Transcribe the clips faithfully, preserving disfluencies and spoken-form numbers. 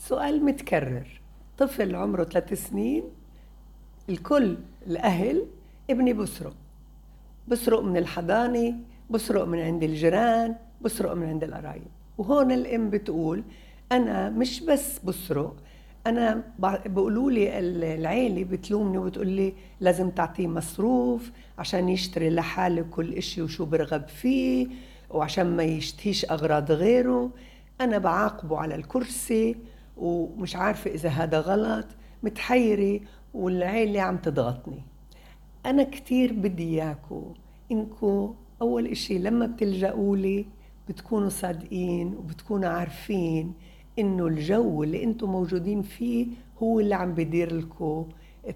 سؤال متكرر. طفل عمره ثلاث سنين، الكل الأهل ابني بسرق بسرق من الحضانة، بسرق من عند الجيران، بسرق من عند القرايب. وهون الأم بتقول أنا مش بس بسرق، أنا بقولوا لي العيلة بتلومني وبتقول لي لازم تعطيه مصروف عشان يشتري لحاله كل إشي وشو برغب فيه، وعشان ما يشتهيش أغراض غيره. أنا بعاقبه على الكرسي ومش عارفة إذا هذا غلط، متحيرة والعيلة عم تضغطني. أنا كتير بدي إياكو إنكو أول إشي لما بتلجأوا لي بتكونوا صادقين وبتكونوا عارفين إنه الجو اللي أنتم موجودين فيه هو اللي عم بدير لكم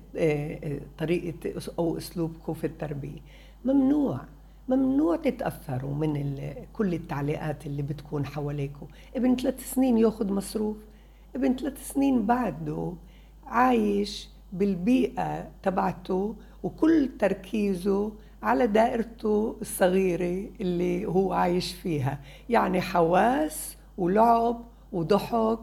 طريقة أو أسلوبكم في التربية. ممنوع ممنوع تتأثروا من كل التعليقات اللي بتكون حواليكم. ابن ثلاث سنين ياخد مصروف، ابن ثلاث سنين بعده عايش بالبيئة تبعته وكل تركيزه على دائرته الصغيرة اللي هو عايش فيها، يعني حواس ولعب وضحك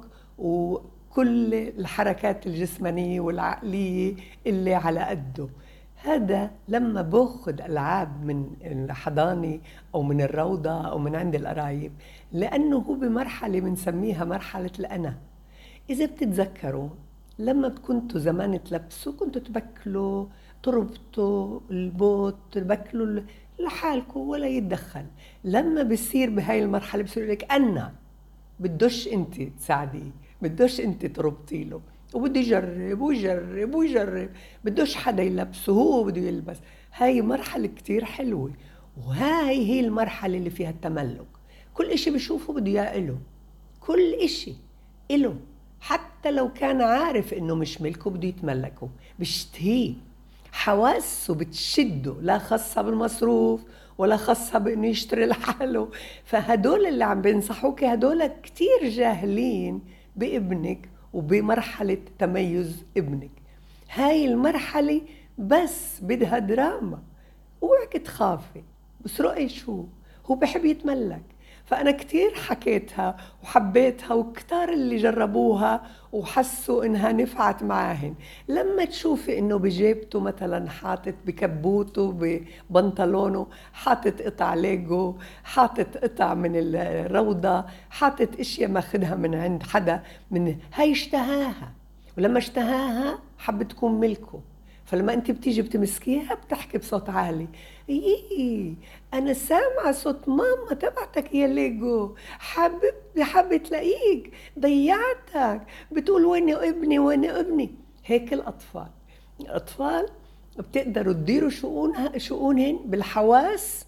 وكل الحركات الجسمانية والعقلية اللي على قده. هذا لما باخد ألعاب من الحضانة أو من الروضة أو من عند القرايب، لأنه هو بمرحلة بنسميها مرحلة الأنا. إذا بتتذكروا لما كنتوا زمان تلبسوا كنتوا تبكلوا، تربطوا البوت، تبكلوا لحالكم ولا يتدخل. لما بصير بهاي المرحلة بصير لك أنا بدوش أنت تساعديه، بدوش أنت تربطي له، وبده يجرب ويجرب ويجرب، بدوش حدا يلبسه، هو بده يلبس. هاي مرحلة كتير حلوة، وهاي هي المرحلة اللي فيها التملك. كل إشي بشوفه بده إياه إله، كل إشي إله، حتى لو كان عارف إنه مش ملكه بده يتملكه، بيشتهيه. حواسه بتشده، لا خاصة بالمصروف ولا خاصة بإنه يشتري لحاله. فهدول اللي عم بينصحوك هدول كتير جاهلين بابنك وبمرحلة تميز ابنك. هاي المرحلة بس بدها دراما، اوعك تخافي. بس رأي شو هو بحب يتملك. فأنا كتير حكيتها وحبيتها، وكتار اللي جربوها وحسوا إنها نفعت معاهن. لما تشوفي إنه بجيبته مثلا حاطط بكبوته ببنطلونه حاطط قطع ليجو، حاطط قطع من الروضة، حاطط إشياء ماخدها من عند حدا، من هاي اشتهاها، ولما اشتهاها حب تكون ملكه. فلما انت بتيجي بتمسكيها بتحكي بصوت عالي، ايه انا سامعه صوت ماما تبعتك يا ليجو، حبيبتي حابه تلاقيك، ضيعتك، بتقول وين ابني وين ابني. هيك الاطفال الاطفال بتقدروا تديروا شؤونها شؤونهن بالحواس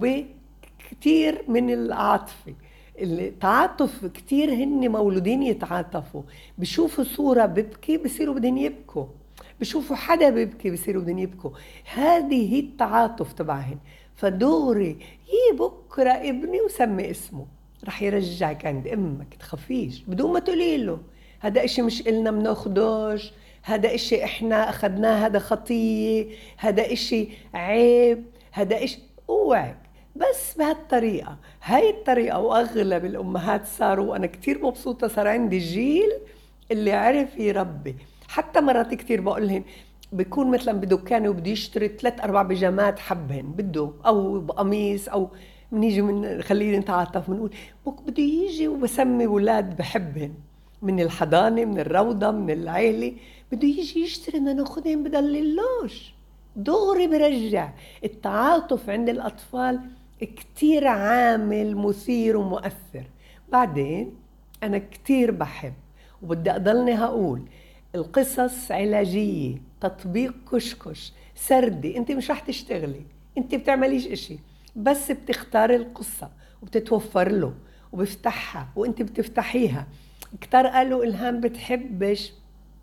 وبكتير من العاطفه. التعاطف كتير، هن مولودين يتعاطفوا، بشوفوا صوره ببكي بصيروا بدهم يبكوا، بشوفوا حدا بيبكي بيصيروا بدهم يبكوا. هذه هي التعاطف تبعهن. فدوري يي بكره ابني وسمي اسمه، رح يرجعك عند امك، تخافيش بدون ما تقولي له هذا اشي مش إلنا مناخدوش، هذا اشي احنا اخذناه، هذا خطيه، هذا اشي عيب، هذا اشي. اوعك بس بهالطريقه. هاي الطريقه واغلب الامهات صاروا، وانا كتير مبسوطه صار عندي جيل اللي عرف يربي. حتى مرات كتير بقولهن بيكون مثلا بدكانه وبده يشتري ثلاث اربع بيجامات حبهن بده، او بقميص، او بنيجي من خلينا نتعاطف بنقول بك بده يجي وبسمي اولاد بحبهن من الحضانه من الروضه من العيله، بده يجي يشتري بدنا ناخذهن بدللوش. دغري برجع. التعاطف عند الاطفال كتير عامل مثير ومؤثر. بعدين انا كتير بحب وبدي أضلني هقول القصص علاجية، تطبيق كشكش سردي. انت مش رح تشتغلي، انت بتعمليش اشي، بس بتختاري القصة وبتتوفر له وبفتحها وانت بتفتحيها. كتار قالوا إلهام بتحبش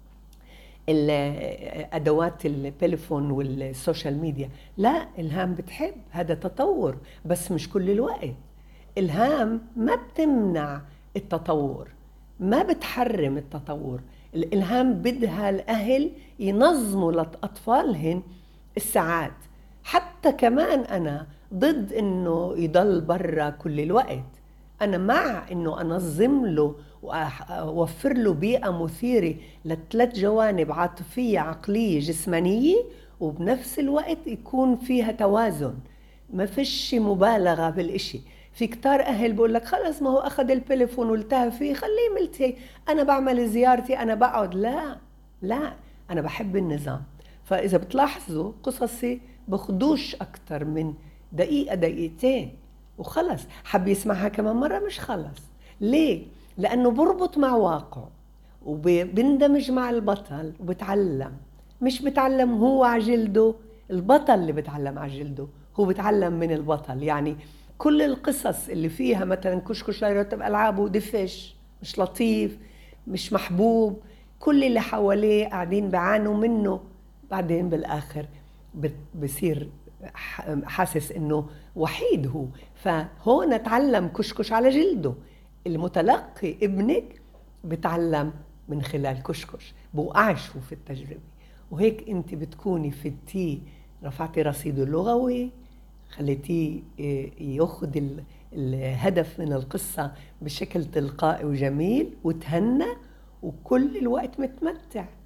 الأدوات التليفون والسوشيال ميديا. لا، إلهام بتحب، هذا تطور بس مش كل الوقت. إلهام ما بتمنع التطور، ما بتحرم التطور. الإلهام بدها الأهل ينظموا لأطفالهن الساعات. حتى كمان أنا ضد إنه يضل برا كل الوقت، أنا مع إنه أنظم له وأوفر له بيئة مثيرة لثلاث جوانب: عاطفية، عقلية، جسمانية، وبنفس الوقت يكون فيها توازن، ما فيش مبالغة بالإشي. في كتار أهل بقول لك خلص ما هو أخذ التليفون والتهى فيه خليه ملتهي، أنا بعمل زيارتي، أنا بقعد. لا لا، أنا بحب النظام. فإذا بتلاحظوا قصصي بخدوش أكتر من دقيقة دقيقتين وخلص. حب يسمعها كمان مرة مش خلص. ليه؟ لأنه بربط مع واقعه وبندمج مع البطل وبتعلم. مش بتعلم هو على جلده، البطل اللي بتعلم على جلده، هو بتعلم من البطل. يعني كل القصص اللي فيها مثلا كشكش لا يرتب ألعابه دفش، مش لطيف، مش محبوب، كل اللي حواليه قاعدين بعانوا منه، بعدين بالآخر بصير حاسس انه وحيد هو. فهون اتعلم كشكش على جلده. المتلقي ابنك بتعلم من خلال كشكش، بوقعش هو في التجربة. وهيك انت بتكوني فدتيه، رفعتي رصيده اللغوي، خليتيه ياخذ الهدف من القصة بشكل تلقائي وجميل وتهنى، وكل الوقت متمتع.